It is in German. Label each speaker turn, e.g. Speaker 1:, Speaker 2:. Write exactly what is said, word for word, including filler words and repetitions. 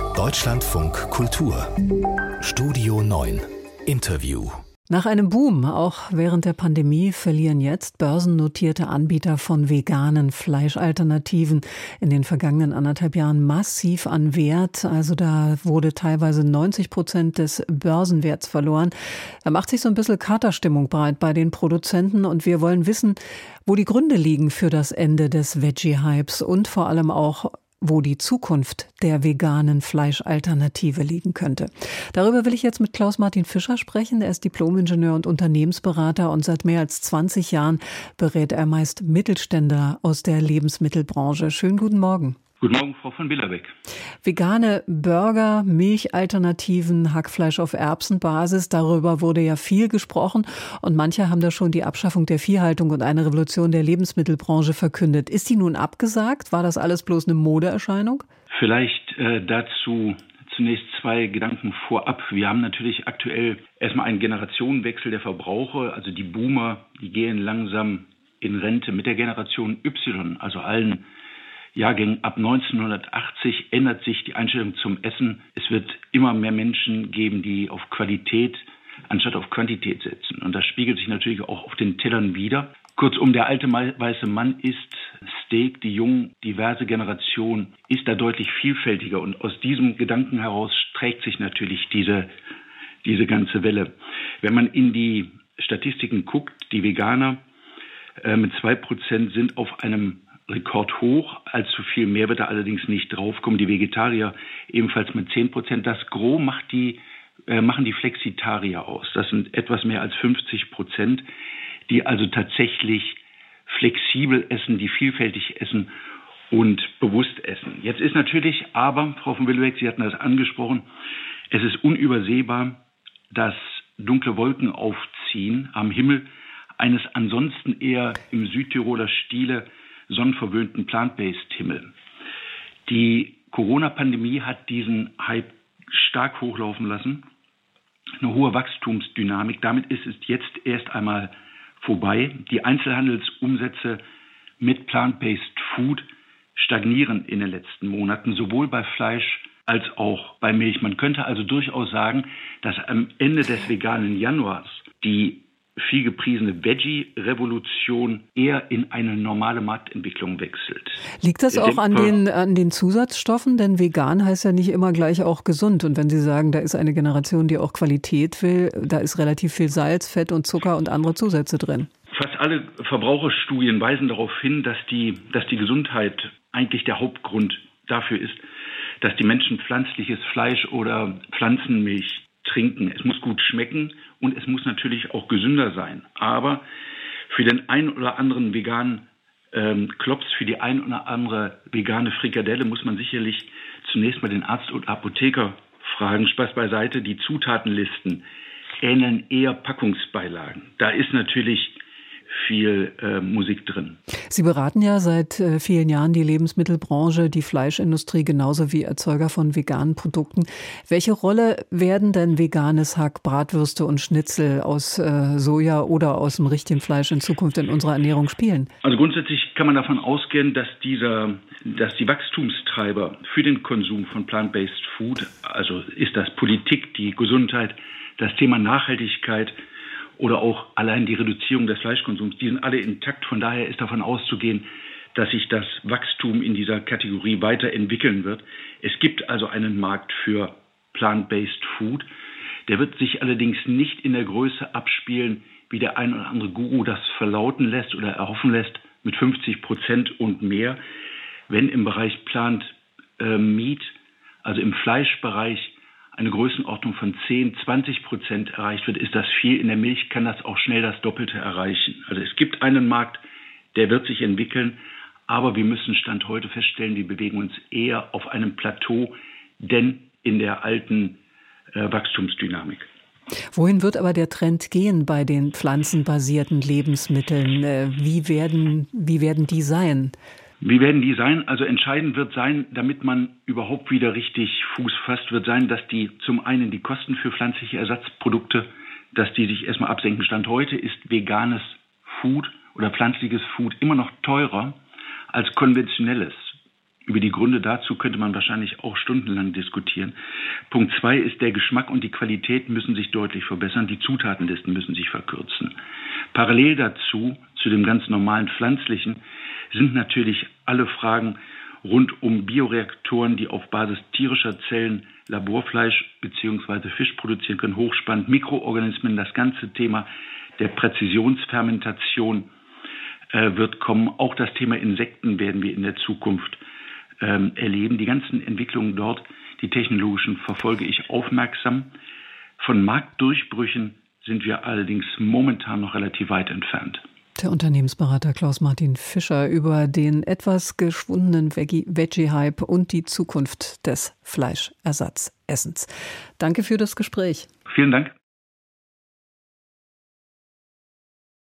Speaker 1: Deutschlandfunk Kultur Studio neun Interview.
Speaker 2: Nach einem Boom, auch während der Pandemie, verlieren jetzt börsennotierte Anbieter von veganen Fleischalternativen in den vergangenen anderthalb Jahren massiv an Wert. Also da wurde teilweise neunzig Prozent des Börsenwerts verloren. Da macht sich so ein bisschen Katerstimmung breit bei den Produzenten und wir wollen wissen, wo die Gründe liegen für das Ende des Veggie-Hypes und vor allem auch, wo die Zukunft der veganen Fleischalternative liegen könnte. Darüber will ich jetzt mit Klaus-Martin Fischer sprechen. Er ist Diplom-Ingenieur und Unternehmensberater und seit mehr als zwanzig Jahren berät er meist Mittelständler aus der Lebensmittelbranche. Schönen guten Morgen.
Speaker 3: Guten Morgen, Frau von Billerbeck.
Speaker 2: Vegane Burger, Milchalternativen, Hackfleisch auf Erbsenbasis, darüber wurde ja viel gesprochen und manche haben da schon die Abschaffung der Viehhaltung und eine Revolution der Lebensmittelbranche verkündet. Ist die nun abgesagt? War das alles bloß eine Modeerscheinung?
Speaker 3: Vielleicht äh, dazu zunächst zwei Gedanken vorab. Wir haben natürlich aktuell erstmal einen Generationenwechsel der Verbraucher, also die Boomer, die gehen langsam in Rente. Mit der Generation Y, also allen Jahrgängen ab neunzehnhundertachtzig, ändert sich die Einstellung zum Essen. Es wird immer mehr Menschen geben, die auf Qualität anstatt auf Quantität setzen. Und das spiegelt sich natürlich auch auf den Tellern wider. Kurzum, der alte weiße Mann isst Steak, die jung, diverse Generation ist da deutlich vielfältiger. Und aus diesem Gedanken heraus trägt sich natürlich diese, diese ganze Welle. Wenn man in die Statistiken guckt, die Veganer äh, mit zwei Prozent sind auf einem Rekord hoch, allzu viel mehr wird da allerdings nicht draufkommen. Die Vegetarier ebenfalls mit zehn Prozent. Das Gros macht die, äh, machen die Flexitarier aus. Das sind etwas mehr als fünfzig Prozent, die also tatsächlich flexibel essen, die vielfältig essen und bewusst essen. Jetzt ist natürlich aber, Frau von Billerbeck, Sie hatten das angesprochen, es ist unübersehbar, dass dunkle Wolken aufziehen am Himmel eines ansonsten eher im Südtiroler Stile sonnenverwöhnten Plant-Based-Himmel. Die Corona-Pandemie hat diesen Hype stark hochlaufen lassen. Eine hohe Wachstumsdynamik. Damit ist es jetzt erst einmal vorbei. Die Einzelhandelsumsätze mit Plant-Based Food stagnieren in den letzten Monaten, sowohl bei Fleisch als auch bei Milch. Man könnte also durchaus sagen, dass am Ende des veganen Januars die viel gepriesene Veggie-Revolution eher in eine normale Marktentwicklung wechselt.
Speaker 2: Liegt das auch an den, an den Zusatzstoffen? Denn vegan heißt ja nicht immer gleich auch gesund. Und wenn Sie sagen, da ist eine Generation, die auch Qualität will, da ist relativ viel Salz, Fett und Zucker und andere Zusätze drin.
Speaker 3: Fast alle Verbraucherstudien weisen darauf hin, dass die, dass die Gesundheit eigentlich der Hauptgrund dafür ist, dass die Menschen pflanzliches Fleisch oder Pflanzenmilch trinken. Es muss gut schmecken und es muss natürlich auch gesünder sein. Aber für den einen oder anderen veganen ähm, Klops, für die ein oder andere vegane Frikadelle muss man sicherlich zunächst mal den Arzt und Apotheker fragen. Spaß beiseite, die Zutatenlisten ähneln eher Packungsbeilagen. Da ist natürlich viel äh, Musik drin.
Speaker 2: Sie beraten ja seit äh, vielen Jahren die Lebensmittelbranche, die Fleischindustrie genauso wie Erzeuger von veganen Produkten. Welche Rolle werden denn veganes Hack, Bratwürste und Schnitzel aus äh, Soja oder aus dem richtigen Fleisch in Zukunft in unserer Ernährung spielen?
Speaker 3: Also grundsätzlich kann man davon ausgehen, dass dieser, dass die Wachstumstreiber für den Konsum von Plant-Based Food, also ist das Politik, die Gesundheit, das Thema Nachhaltigkeit oder auch allein die Reduzierung des Fleischkonsums, die sind alle intakt. Von daher ist davon auszugehen, dass sich das Wachstum in dieser Kategorie weiterentwickeln wird. Es gibt also einen Markt für Plant-Based Food. Der wird sich allerdings nicht in der Größe abspielen, wie der ein oder andere Guru das verlauten lässt oder erhoffen lässt, mit fünfzig Prozent und mehr. Wenn im Bereich Plant äh, Meat, also im Fleischbereich, eine Größenordnung von zehn, zwanzig Prozent erreicht wird, ist das viel. In der Milch kann das auch schnell das Doppelte erreichen. Also es gibt einen Markt, der wird sich entwickeln, aber wir müssen Stand heute feststellen, wir bewegen uns eher auf einem Plateau, denn in der alten äh, Wachstumsdynamik.
Speaker 2: Wohin wird aber der Trend gehen bei den pflanzenbasierten Lebensmitteln? Äh, wie werden, wie werden die sein?
Speaker 3: Wie werden die sein? Also entscheidend wird sein, damit man überhaupt wieder richtig Fuß fasst, wird sein, dass die zum einen die Kosten für pflanzliche Ersatzprodukte, dass die sich erstmal absenken. Stand heute ist veganes Food oder pflanzliches Food immer noch teurer als konventionelles. Über die Gründe dazu könnte man wahrscheinlich auch stundenlang diskutieren. Punkt zwei ist, der Geschmack und die Qualität müssen sich deutlich verbessern. Die Zutatenlisten müssen sich verkürzen. Parallel dazu, zu dem ganz normalen Pflanzlichen, sind natürlich alle Fragen rund um Bioreaktoren, die auf Basis tierischer Zellen Laborfleisch bzw. Fisch produzieren können, hochspannend. Mikroorganismen, das ganze Thema der Präzisionsfermentation äh, wird kommen. Auch das Thema Insekten werden wir in der Zukunft ähm, erleben. Die ganzen Entwicklungen dort, die technologischen, verfolge ich aufmerksam. Von Marktdurchbrüchen sind wir allerdings momentan noch relativ weit entfernt.
Speaker 2: Der Unternehmensberater Klaus-Martin Fischer über den etwas geschwundenen Veggie-Hype und die Zukunft des Fleischersatzessens. Danke für das Gespräch.
Speaker 3: Vielen Dank.